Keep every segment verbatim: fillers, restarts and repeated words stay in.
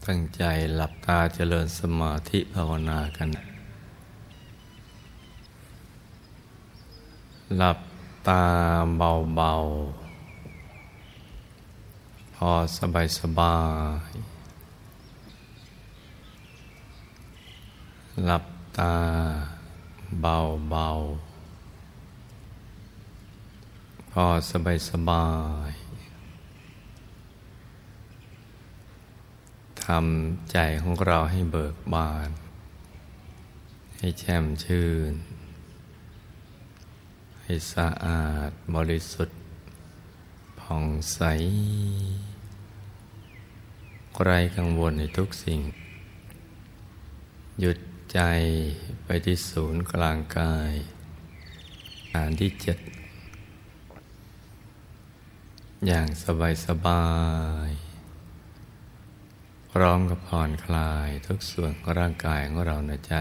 ตั้งใจหลับตาเจริญสมาธิภาวนากันหลับตาเบาๆพอสบายสบายหลับตาเบาๆพอสบายสบายทำใจของเราให้เบิกบานให้แช่มชื่นให้สะอาดบริสุทธิ์ผ่องใสไร้กังวลในทุกสิ่งหยุดใจไปที่ศูนย์กลางกายฐานที่เจ็ดอย่างสบายสบายพร้อมกับผ่อนคลายทุกส่วนของร่างกายของเรานะจ๊ะ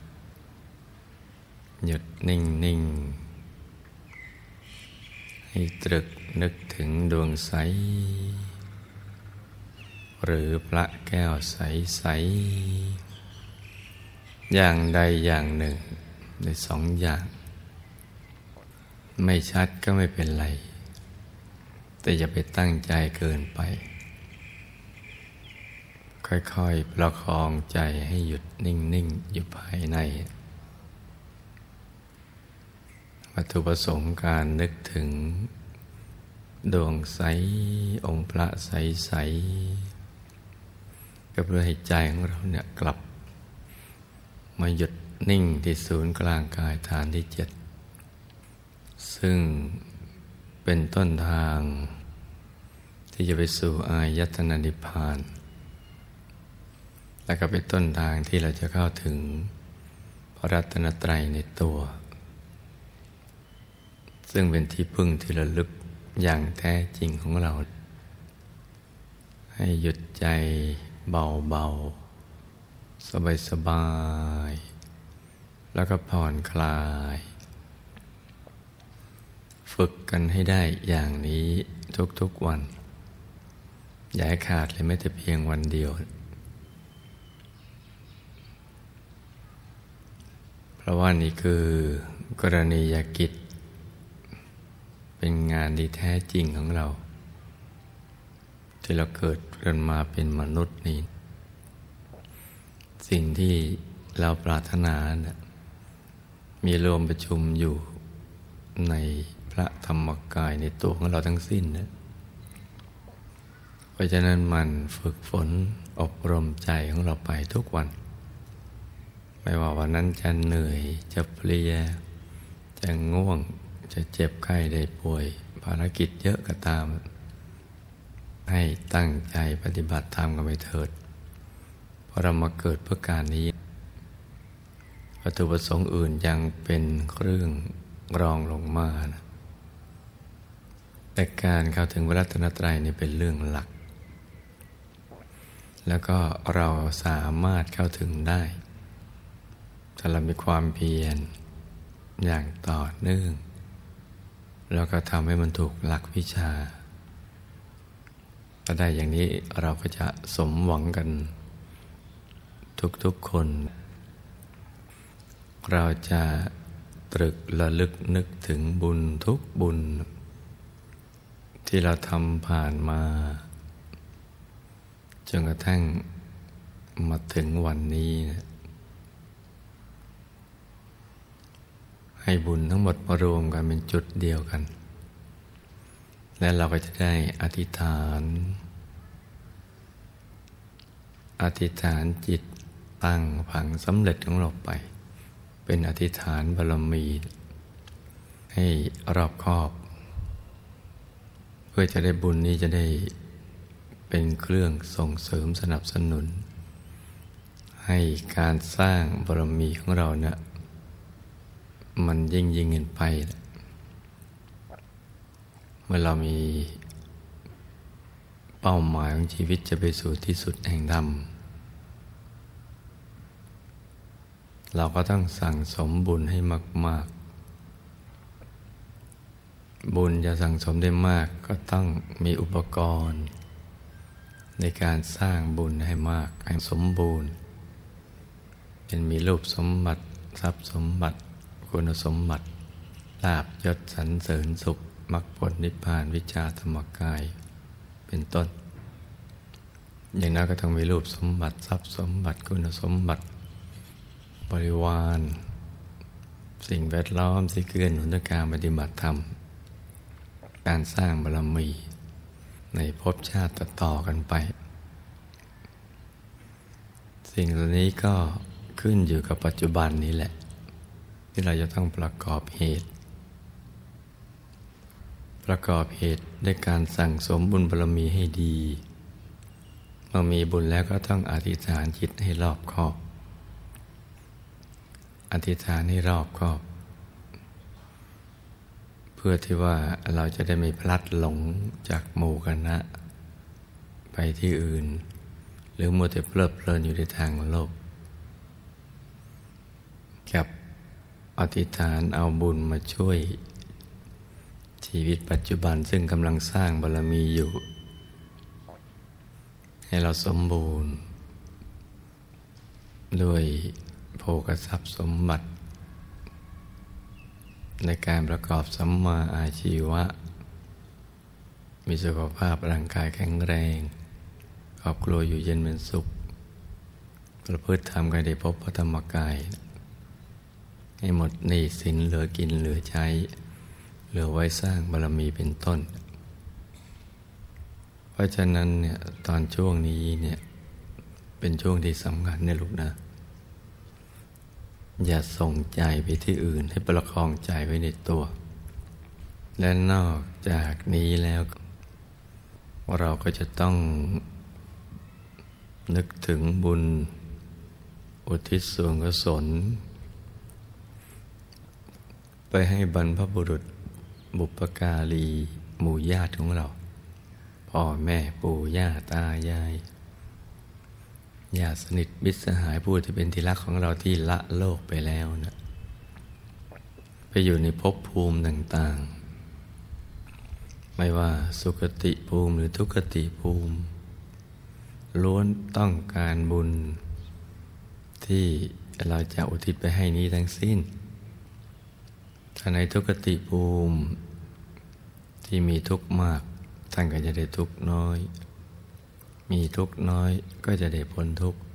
หยุดนิ่งนิ่งให้ตรึกนึกถึงดวงใสหรือพระแก้วใสใสอย่างใดอย่างหนึ่งในสองอย่างไม่ชัดก็ไม่เป็นไรแต่อย่าไปตั้งใจเกินไปค่อยๆประคองใจให้หยุดนิ่งๆอยู่ภายในวัตถุประสงค์การนึกถึงดวงใสองค์พระใสๆก็เพื่อให้ใจของเราเนี่ยกลับมาหยุดนิ่งที่ศูนย์กลางกายฐานที่เจ็ดซึ่งเป็นต้นทางที่จะไปสู่อายตนะนิพพานและก็เป็นต้นทางที่เราจะเข้าถึงพระรัตนตรัยในตัวซึ่งเป็นที่พึ่งที่ระลึกอย่างแท้จริงของเราให้หยุดใจเบาๆสบายๆแล้วก็ผ่อนคลายฝึกกันให้ได้อย่างนี้ทุกๆวันอย่าให้ขาดเลยแม้แต่เพียงวันเดียวเพราะว่านี่คือกรณียกิจเป็นงานที่แท้จริงของเราที่เราเกิดกันมาเป็นมนุษย์นี้สิ่งที่เราปรารถนานะมีรวมประชุมอยู่ในพระธรรมกายในตัวของเราทั้งสิ้นนะเพราะฉะนั้นมันฝึกฝนอบรมใจของเราไปทุกวันไม่ว่าวันนั้นจะเหนื่อยจะเพลียจะง่วงจะเจ็บไข้ได้ป่วยภารกิจเยอะก็ตามให้ตั้งใจปฏิบัติธรรมกันไปเถิดเพราะเรามาเกิดเพื่อการนี้วัตถุประสงค์อื่นยังเป็นเครื่องรองลงมานะแต่การเข้าถึงพระรัตนตรัยนี่เป็นเรื่องหลักแล้วก็เราสามารถเข้าถึงได้ถ้าเรามีความเพียรอย่างต่อเนื่องแล้วก็ทำให้มันถูกหลักวิชาถ้าได้อย่างนี้เราก็จะสมหวังกันทุกๆคนเราจะตรึกระลึกนึกถึงบุญทุกบุญที่เราทำผ่านมาจนกระทั่งมาถึงวันนี้นะให้บุญทั้งหมดมารวมกันเป็นจุดเดียวกันและเราก็จะได้อธิษฐานอธิษฐานจิตตั้งผังสำเร็จของเราไปเป็นอธิษฐานบารมีให้รอบคอบเพื่อจะได้บุญนี้จะได้เป็นเครื่องส่งเสริมสนับสนุนให้การสร้างบารมีของเราเนี่ยมันยิ่งยิ่งขึ้นไปเมื่อเรามีเป้าหมายของชีวิตจะไปสู่ที่สุดแห่งธรรมเราก็ต้องสั่งสมบุญให้มากๆบุญจะสั่งสมได้มากก็ต้องมีอุปกรณ์ในการสร้างบุญให้มากให้สมบูรณ์เป็นมีรูปสมบัติทรัพย์สมบัติคุณสมบัติลาภยศสรรเสริญสุขมรรคผลนิพพานวิชาธรรมกายเป็นต้นอย่างนั้นก็ต้องมีรูปสมบัติทรัพย์สมบัติคุณสมบัติบริวารสิ่งแวดล้อมที่เกื้อหนุนในการปฏิบัติธรรมการสร้างบารมีในภพชาติต่อๆกันไปสิ่งเหล่านี้ก็ขึ้นอยู่กับปัจจุบันนี้แหละที่เราจะต้องประกอบเหตุประกอบเหตุด้วยการสั่งสมบุญบารมีให้ดีเมื่อมีบุญแล้วก็ต้องอธิษฐานจิตให้รอบคอบอธิษฐานให้รอบคอบเพื่อที่ว่าเราจะได้ไม่พลัดหลงจากหมู่คณะไปที่อื่นหรือมัวแต่เพลิดเพลินอยู่ในทางโลกกับอธิษฐานเอาบุญมาช่วยชีวิตปัจจุบันซึ่งกำลังสร้างบารมีอยู่ให้เราสมบูรณ์ด้วยโภคทรัพย์สมบัติในการประกอบสัมมาอาชีวะมีสุขภาพร่างกายแข็งแรงครอบครัวอยู่เย็นเป็นสุขประพฤติธรรมกันได้พบพระธรรมกายให้หมดหนี้สินเหลือกินเหลือใช้เหลือไว้สร้างบารมีเป็นต้นเพราะฉะนั้นเนี่ยตอนช่วงนี้เนี่ยเป็นช่วงที่สำคัญเนี่ยลูกนะอย่าส่งใจไปที่อื่นให้ประคองใจไว้ในตัวและนอกจากนี้แล้วเราก็จะต้องนึกถึงบุญอุทิศส่วนกุศลไปให้บรรพบุรุษบุพการีหมู่ญาติของเราพ่อแม่ปู่ย่าตายายญาติสนิทมิตรสหายผู้ที่เป็นที่รักของเราที่ละโลกไปแล้วนะไปอยู่ในภพภูมิต่างๆไม่ว่าสุคติภูมิหรือทุกขติภูมิล้วนต้องการบุญที่เราจะอุทิศไปให้นี้ทั้งสิ้นถ้าในทุกขติภูมิที่มีทุกข์มากท่านก็จะได้ทุกข์น้อยมีทุกข์น้อยก็จะได้พ้นทุกข์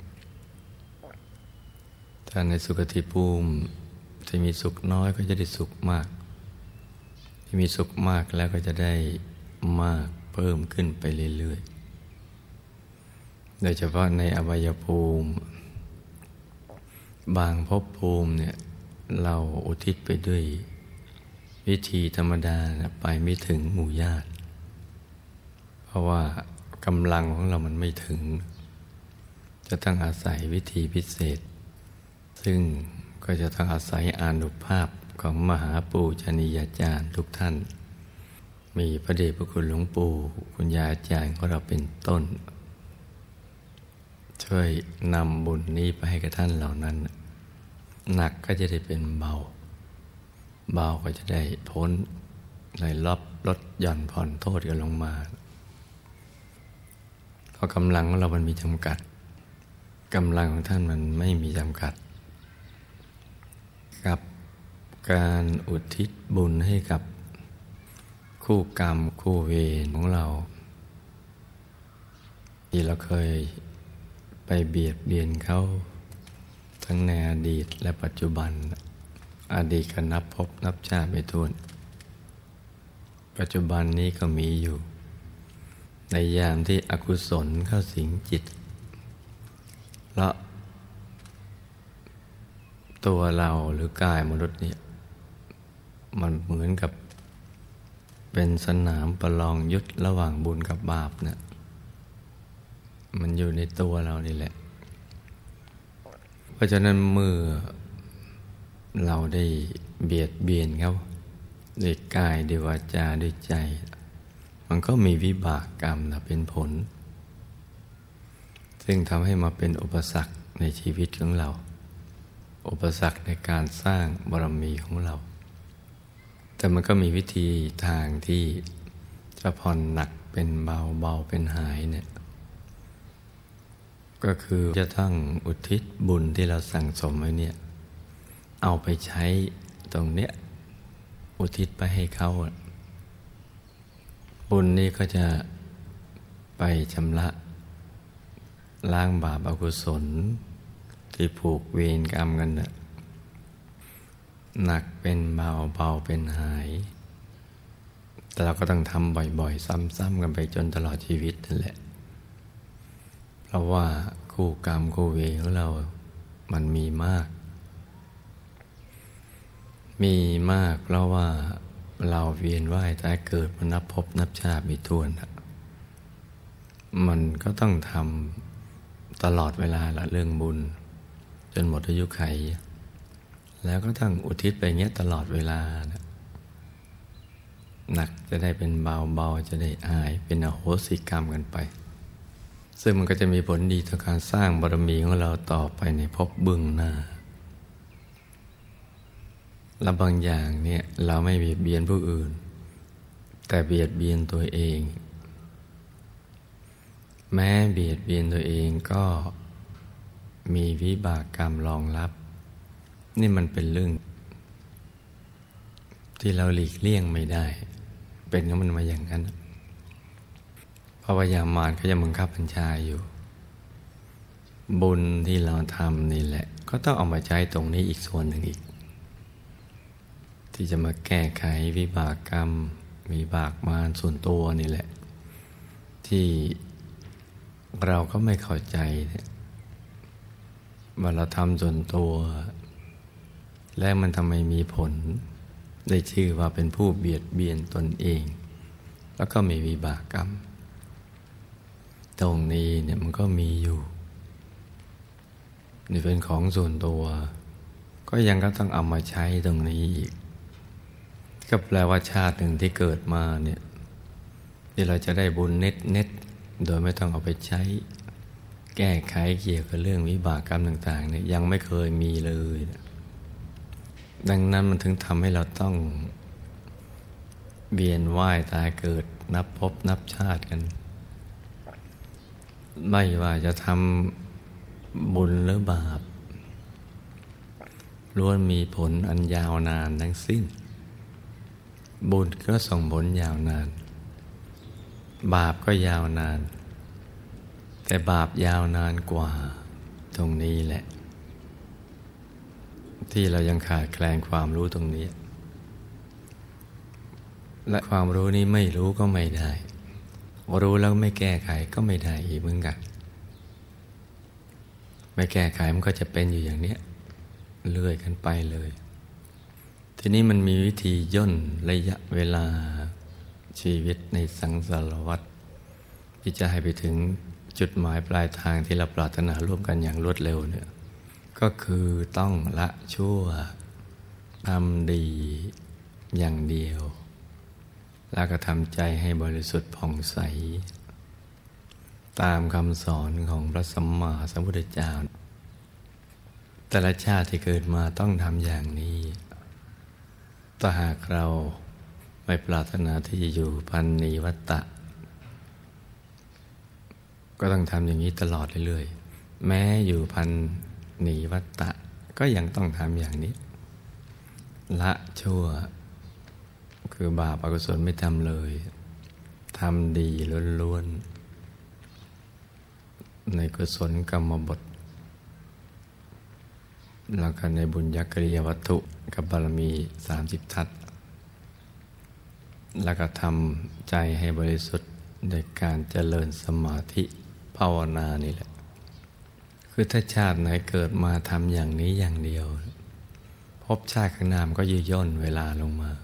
ถ้าในสุคติภูมิที่มีสุขน้อยก็จะได้สุขมากที่มีสุขมากแล้วก็จะได้มากเพิ่มขึ้นไปเรื่อยๆโดยเฉพาะในอบายภูมิบางภพภูมิเนี่ยเราอุทิศไปด้วยวิธีธรรมดานะไปไม่ถึงหมู่ญาติเพราะว่ากำลังของเรามันไม่ถึงจะต้องอาศัยวิธีพิเศษซึ่งก็จะต้องอาศัยอานุภาพของมหาปูชนียาจารย์ทุกท่านมีพระเดชพระคุณหลวงปู่คุณยาอาจารย์ของเราเป็นต้นช่วยนำบุญนี้ไปให้กับท่านเหล่านั้นหนักก็จะได้เป็นเบาเบาก็จะได้พ้นเลยลดลดหย่อนผ่อนโทษกันลงมาเพราะกำลังของเรามันมีจำกัดกำลังของท่านมันไม่มีจำกัดกับการอุทิศบุญให้กับคู่กรรมคู่เวรของเราที่เราเคยไปเบียดเบียนเขาทั้งในอดีตและปัจจุบันอดีตก็นับพบนับชาติไม่ถ้วนปัจจุบันนี้ก็มีอยู่ในยามที่อกุศลเข้าสิงจิตแล้วตัวเราหรือกายมนุษย์เนี่ยมันเหมือนกับเป็นสนามประลองยุทธระหว่างบุญกับบาปเนี่ยมันอยู่ในตัวเรานี่แหละเพราะฉะนั้นเมื่อเราได้เบียดเบียนเขาด้วยกายด้วยวาจาด้วยใจมันก็มีวิบากกรรมนะเป็นผลซึ่งทำให้มาเป็นอุปสรรคในชีวิตของเราอุปสรรคในการสร้างบารมีของเราแต่มันก็มีวิธีทางที่จะผ่อนหนักเป็นเบาเบาเป็นหายเนี่ยก็คือจะต้องอุทิศบุญที่เราสั่งสมไว้เนี่ยเอาไปใช้ตรงเนี้ยอุทิศไปให้เขาบุญนี้ก็จะไปชำระล้างบาปอกุศลที่ผูกเวรกรรมกันน่ะหนักเป็นเบาเบาเป็นหายแต่เราก็ต้องทำบ่อยๆซ้ำๆกันไปจนตลอดชีวิตนั่นแหละเพราะว่าคู่กรรมคู่เวรของเรามันมีมากมีมากเพราะว่าเราเวียนว่ายตายเกิดมานับพบนับชาติมีถ้วนมันก็ต้องทำตลอดเวลาละเรื่องบุญจนหมดอายุไขแล้วก็ต้องอุทิศไปเงี้ยตลอดเวลานะหนักจะได้เป็นเบาเบาจะได้หายเป็นอโหสิกรรมกันไปซึ่งมันก็จะมีผลดีต่อการสร้างบารมีของเราต่อไปในภพเบื้องหน้าและบางอย่างเนี่ยเราไม่เบียดเบียนผู้อื่นแต่เบียดเบียนตัวเองแม้เบียดเบียนตัวเองก็มีวิบากกรรมรองรับนี่มันเป็นเรื่องที่เราหลีกเลี่ยงไม่ได้เป็นของมันมาอย่างนั้นเพราะว่ายามารก็ยังบังคับบัญชาอยู่บุญที่เราทำนี่แหละก็ต้องเอามาใช้ตรงนี้อีกส่วนหนึ่งอีกที่จะมาแก้ไขวิบากกรรมวิบากมารส่วนตัวนี่แหละที่เราก็ไม่เข้าใจว่าเราทำส่วนตัวและมันทำไมมีผลได้ชื่อว่าเป็นผู้เบียดเบียนตนเองแล้วก็มีวิบากกรรมตรงนี้เนี่ยมันก็มีอยู่นี่เป็นของส่วนตัวก็ยังก็ต้องเอามาใช้ตรงนี้อีกก็แปลว่าชาติหนึ่งที่เกิดมาเนี่ยที่เราจะได้บุญเน็ตเน็ตโดยไม่ต้องเอาไปใช้แก้ไขเกี่ยวกับเรื่องวิบากกรรมต่างๆเนี่ยยังไม่เคยมีเลยดังนั้นมันถึงทำให้เราต้องเวียนว่ายตายเกิดนับพบนับชาติกันไม่ว่าจะทำบุญหรือบาปล้วนมีผลอันยาวนานทั้งสิ้นบุญก็ส่งผลยาวนานบาปก็ยาวนานแต่บาปยาวนานกว่าตรงนี้แหละที่เรายังขาดแคลนความรู้ตรงนี้และความรู้นี้ไม่รู้ก็ไม่ได้รู้แล้วไม่แก้ไขก็ไม่ได้อีกเหมือนกันไม่แก้ไขมันก็จะเป็นอยู่อย่างนี้เรื่อยกันไปเลยทีนี้มันมีวิธีย่นระยะเวลาชีวิตในสังสารวัฏที่จะให้ไปถึงจุดหมายปลายทางที่เราปรารถนาร่วมกันอย่างรวดเร็วเนี่ยก็คือต้องละชั่วทำดีอย่างเดียวแล้วก็ทำใจให้บริสุทธิ์ผ่องใสตามคำสอนของพระสัมมาสัมพุทธเจ้าแต่ละชาติที่เกิดมาต้องทำอย่างนี้ถ้าหากเราไม่ปรารถนาที่จะอยู่พันนิวัตตะก็ต้องทำอย่างนี้ตลอดเรื่อยๆแม้อยู่พันนิวัตตะก็ยังต้องทำอย่างนี้ละชั่วคือบาปอกุศลไม่ทำเลยทำดีล้วนๆในกุศลกรรมบทแล้วก็ในบุญญกริยวัตถุกับบารมีสามสิบทัศน์แล้วก็ทำใจให้บริสุทธิ์โดยการเจริญสมาธิภาวนานี่แหละคือถ้าชาติไหนเกิดมาทำอย่างนี้อย่างเดียวพบชาติข้างหน้ามันก็ยืดย่นเวลาลงมา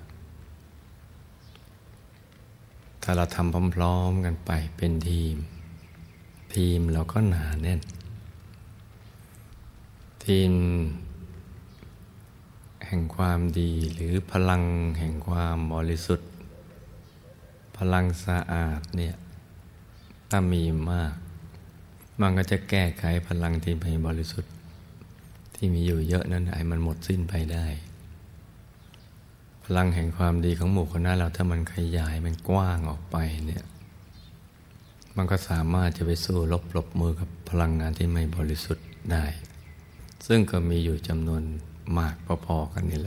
ถ้าเราทำพร้อมๆกันไปเป็นทีมทีมเราก็หนาแน่นทีมแห่งความดีหรือพลังแห่งความบริสุทธิ์พลังสะอาดเนี่ยถ้ามีมากมันก็จะแก้ไขพลังที่ไม่บริสุทธิ์ที่มีอยู่เยอะนั้นให้มันหมดสิ้นไปได้พลังแห่งความดีของหมู่คณะเราถ้ามันขยายมันกว้างออกไปเนี่ยมันก็สามารถจะไปสู้รบปรบมือกับพลังงานที่ไม่บริสุทธิ์ได้ ซึ่งก็มีอยู่จำนวนมากพอๆกันนี่แหละ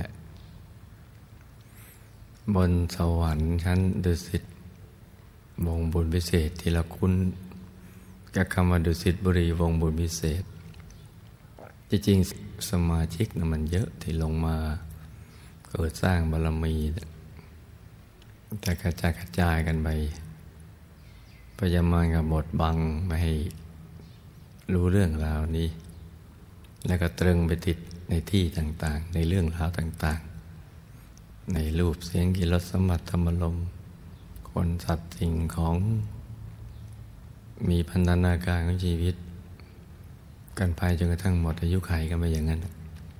บนสวรรค์ชั้นดุสิตวงบุญพิเศษที่เราคุ้นกับคำว่าดุสิตบุรีวงบุญพิเศษจริงๆสมาชิกนะมันเยอะที่ลงมาเกิดสร้างบารมีแต่กระจายกระจายกันไปพยายามกับบดบังไม่ให้รู้เรื่องราวนี้แล้วก็ตรึงไปติดในที่ต่างๆในเรื่องราวต่างๆในรูปเสียงกลิ่นรสสัมผัสธรรมลมคนสัตว์สิ่งของมีพันธนาการของชีวิตกันไปจนกระทั่งหมดอายุขัยกันไปอย่างนั้น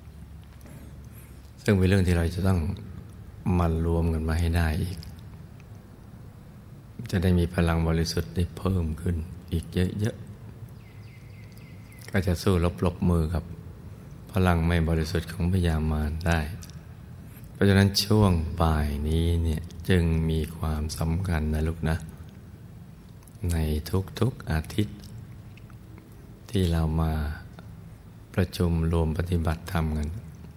ซึ่งเป็นเรื่องที่เราจะต้องมันรวมกันมาให้ได้อีกจะได้มีพลังบริสุทธิ์ได้เพิ่มขึ้นอีกเยอะๆก็จะสู้รบปรบมือกับพลังไม่บริสุทธิ์ของพยามารได้ เพราะฉะนั้นช่วงบ่ายนี้เนี่ยจึงมีความสำคัญนะลูกนะในทุกๆอาทิตย์ที่เรามาประชุมรวมปฏิบัติธรรมกัน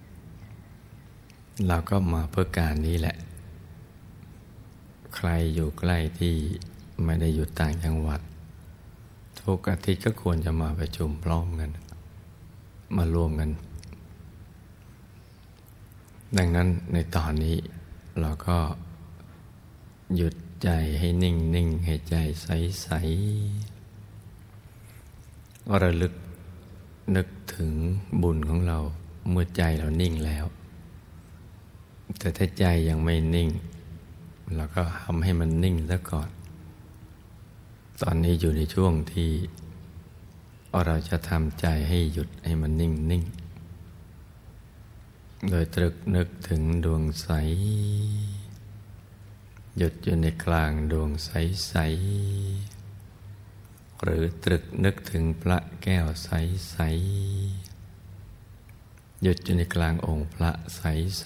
เราก็มาเพื่อการนี้แหละใครอยู่ใกล้ที่ไม่ได้อยู่ต่างจังหวัดทุกอาทิตย์ก็ควรจะมาประชุมพร้อมกันมารวมกันดังนั้นในตอนนี้เราก็หยุดใจให้นิ่งนิ่งให้ใจใสใสว่าระลึกนึกถึงบุญของเราเมื่อใจเรานิ่งแล้วแต่ถ้าใจยังไม่นิ่งเราก็ทำให้มันนิ่งซะก่อนตอนนี้อยู่ในช่วงที่เราจะทำใจให้หยุดให้มันนิ่งนิ่งโดยตรึกนึกถึงดวงใสหยุดอยู่ในกลางดวงใสใสหรือตรึกนึกถึงพระแก้วใสใสหยุดอยู่ในกลางองค์พระใสใส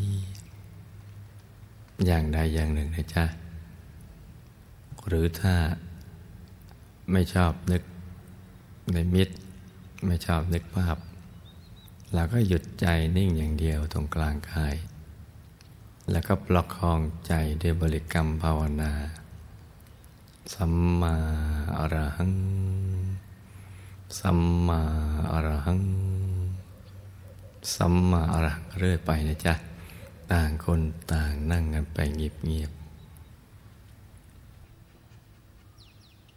อย่างใดอย่างหนึ่งนะจ๊ะหรือถ้าไม่ชอบนึกในมิตรไม่ชอบนึกภาพเราก็หยุดใจนิ่งอย่างเดียวตรงกลางกายแล้วก็ประคองใจด้วยบริกรรมภาวนาสัมมาอรหังสัมมาอรหังสัมมาอรหังเรื่อยไปนะจ๊ะต่างคนต่างนั่งกันไปเงียบๆ